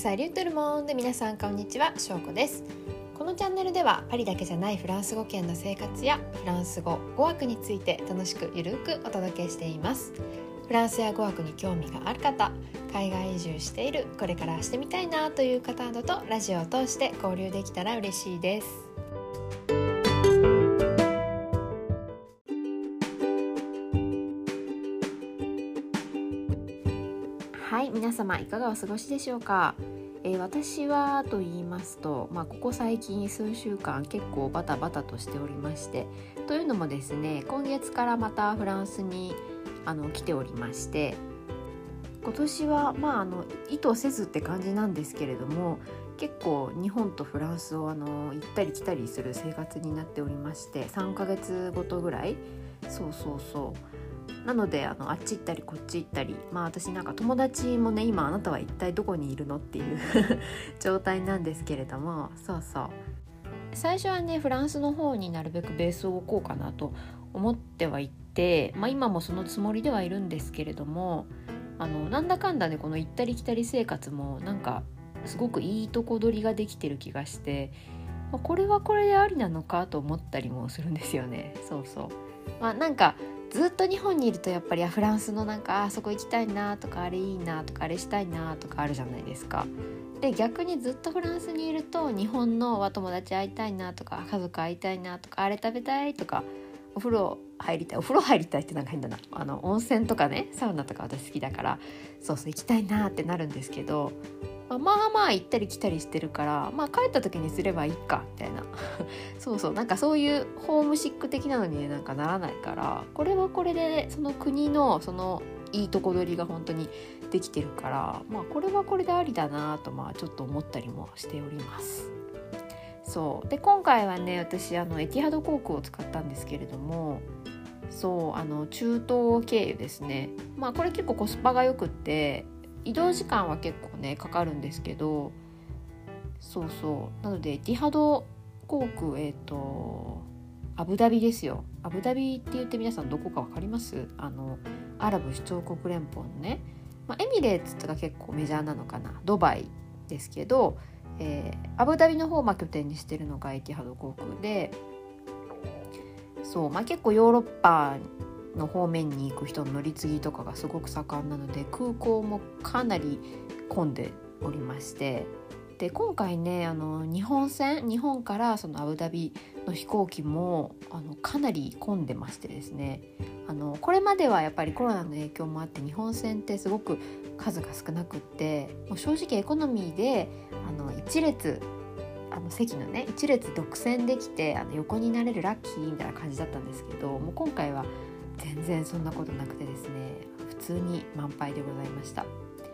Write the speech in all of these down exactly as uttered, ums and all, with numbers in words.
サリュートルモンで皆さんこんにちは、しょうこです。このチャンネルではパリだけじゃないフランス語圏の生活やフランス語、語学について楽しくゆるくお届けしています。フランスや語学に興味がある方、海外移住している、これからしてみたいなという方などとラジオを通して交流できたら嬉しいです。はい、皆様いかがお過ごしでしょうか。えー、私はと言いますと、まあ、ここ最近数週間結構バタバタとしておりまして、というのもですね、今月からまたフランスにあの来ておりまして、今年はまああの意図せずって感じなんですけれども、結構日本とフランスをあの行ったり来たりする生活になっておりまして、さんかげつごとぐらい、そうそうそうなので、あのあっち行ったりこっち行ったり、まあ私なんか友達もね、今あなたは一体どこにいるのっていう状態なんですけれども、そうそう最初はね、フランスの方になるべくベースを置こうかなと思ってはいて、まあ今もそのつもりではいるんですけれども、あのなんだかんだね、この行ったり来たり生活もなんかすごくいいとこ取りができてる気がして、まあ、これはこれでありなのかと思ったりもするんですよね。そうそうまあなんかずっと日本にいるとやっぱりフランスのなんかあそこ行きたいなとか、あれいいなとか、あれしたいなとかあるじゃないですか。で逆にずっとフランスにいると、日本のは友達会いたいなとか、家族会いたいなとか、あれ食べたいとか、お風呂入りたいお風呂入りたいってなんか変だな、あの温泉とかね、サウナとか私好きだから、そうそう行きたいなってなるんですけど、まあまあまあ行ったり来たりしてるから、まあ帰った時にすればいいかみたいなそうそうなんかそういうホームシック的なのに、ね、なんかならないから、これはこれでその国のそのいいとこ取りが本当にできてるから、まあこれはこれでありだなと、まあちょっと思ったりもしております。そうで今回はね、私あのエティハド航空を使ったんですけれども、そうあの中東経由ですね。まあこれ結構コスパがよくって、移動時間は結構ねかかるんですけど、そうそうなのでエティハド航空、えっとアブダビですよ。アブダビって言って皆さんどこか分かります？あのアラブ首長国連邦のね、まあ、エミレーツとか結構メジャーなのかな、ドバイですけど、えー、アブダビの方をまあ拠点にしてるのがエティハド航空で、そう、まあ、結構ヨーロッパの方面に行く人の乗り継ぎとかがすごく盛んなので、空港もかなり混んでおりまして、で今回ね、あの日本線日本からそのアブダビの飛行機もあのかなり混んでましてですね、あのこれまではやっぱりコロナの影響もあって、日本線ってすごく数が少なくって、もう正直エコノミーであの一列あの席のね一列独占できて、あの横になれるラッキーみたいな感じだったんですけど、もう今回は全然そんなことなくてですね、普通に満杯でございました。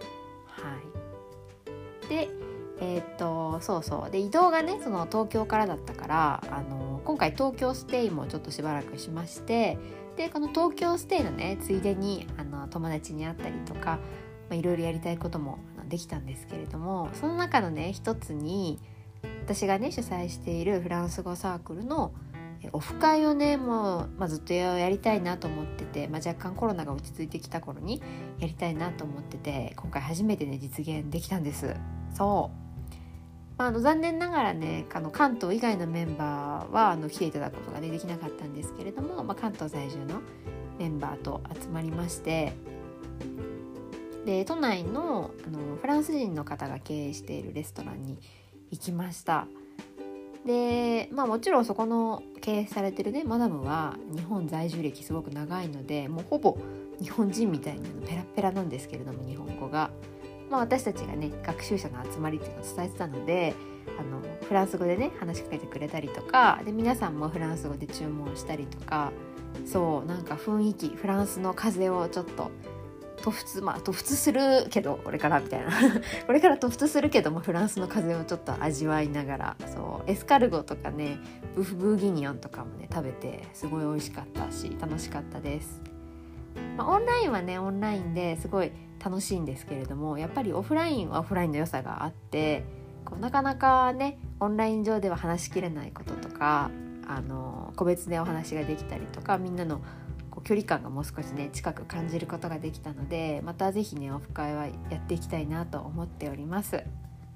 はいでえー、っとそうそうで移動がね、その東京からだったから、あの今回東京ステイもちょっとしばらくしまして、でこの東京ステイのねついでにあの友達に会ったりとか、まあ、いろいろやりたいこともできたんですけれども、その中のね一つに、私がね主催しているフランス語サークルのオフ会をね、もう、まあ、ずっとやりたいなと思ってて、まあ、若干コロナが落ち着いてきた頃にやりたいなと思ってて、今回初めてね実現できたんです。そうまあ、あの残念ながらね、あの関東以外のメンバーはあの来ていただくことが、ね、できなかったんですけれども、まあ、関東在住のメンバーと集まりまして、で都内の、あのフランス人の方が経営しているレストランに行きました。で、まあ、もちろんそこの経営されてるねマダムは日本在住歴すごく長いので、もうほぼ日本人みたいにペラペラなんですけれども、日本語が、まあ、私たちがね学習者の集まりっていうのを伝えてたので、あのフランス語でね話しかけてくれたりとかで、皆さんもフランス語で注文したりとか、そうなんか雰囲気、フランスの風をちょっと突出まあ突出するけどこれからみたいなこれから突出するけども、フランスの風をちょっと味わいながら、そうエスカルゴとかね、ブフブーギニオンとかもね食べて、すごい美味しかったし楽しかったです。まあ、オンラインはねオンラインですごい楽しいんですけれども、やっぱりオフラインはオフラインの良さがあって、こうなかなかねオンライン上では話しきれないこととか、あの個別でお話ができたりとか、みんなのこう距離感がもう少しね近く感じることができたので、またぜひねオフ会はやっていきたいなと思っております。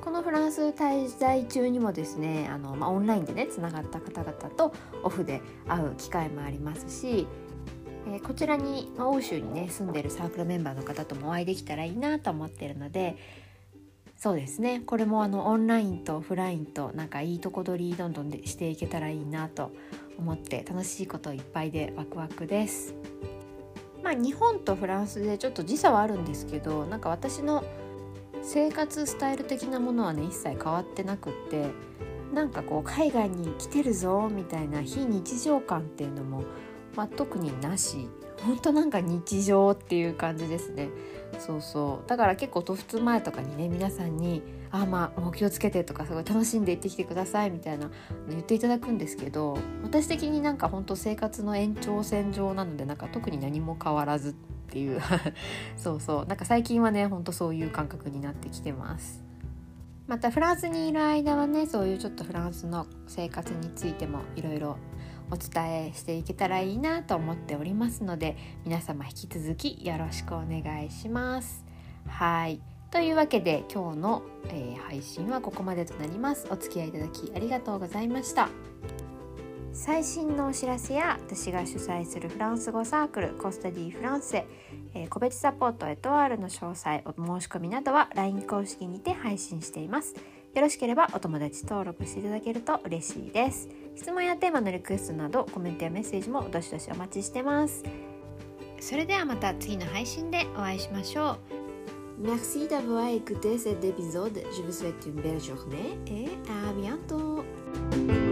このフランス滞在中にもですねあの、まあ、オンラインでねつながった方々とオフで会う機会もありますし、えー、こちらに、まあ、欧州にね住んでるサークルメンバーの方ともお会いできたらいいなと思っているので、そうですねこれもあのオンラインとオフラインとなんかいいとこ取りどんどんでしていけたらいいなと思って楽しいこといっぱいでワクワクです。まあ日本とフランスでちょっと時差はあるんですけど、なんか私の生活スタイル的なものはね一切変わってなくって、なんかこう海外に来てるぞみたいな非日常感っていうのも、まあ、特になし、本当なんか日常っていう感じですね。そうそうだから結構突出前とかにね皆さんにあまあもう気をつけてとかすごい楽しんで行ってきてくださいみたいな言っていただくんですけど、私的になんか本当生活の延長線上なのでなんか特に何も変わらずっていうそうそうなんか最近はね本当そういう感覚になってきてます。またフランスにいる間はねそういうちょっとフランスの生活についてもいろいろお伝えしていけたらいいなと思っておりますので、皆様引き続きよろしくお願いします。はいというわけで今日の、えー、配信はここまでとなります。お付き合いいただきありがとうございました。最新のお知らせや私が主催するフランス語サークルコスタディフランセ、えー、個別サポートエトワールの詳細お申し込みなどは ライン 公式にて配信しています。よろしければお友達登録していただけると嬉しいです。質問やテーマのリクエストなどコメントやメッセージもどしどしお待ちしてます。それではまた次の配信でお会いしましょう。Merci d'avoir écouté cet épisode. Je vous souhaite une belle journée et à bientôt.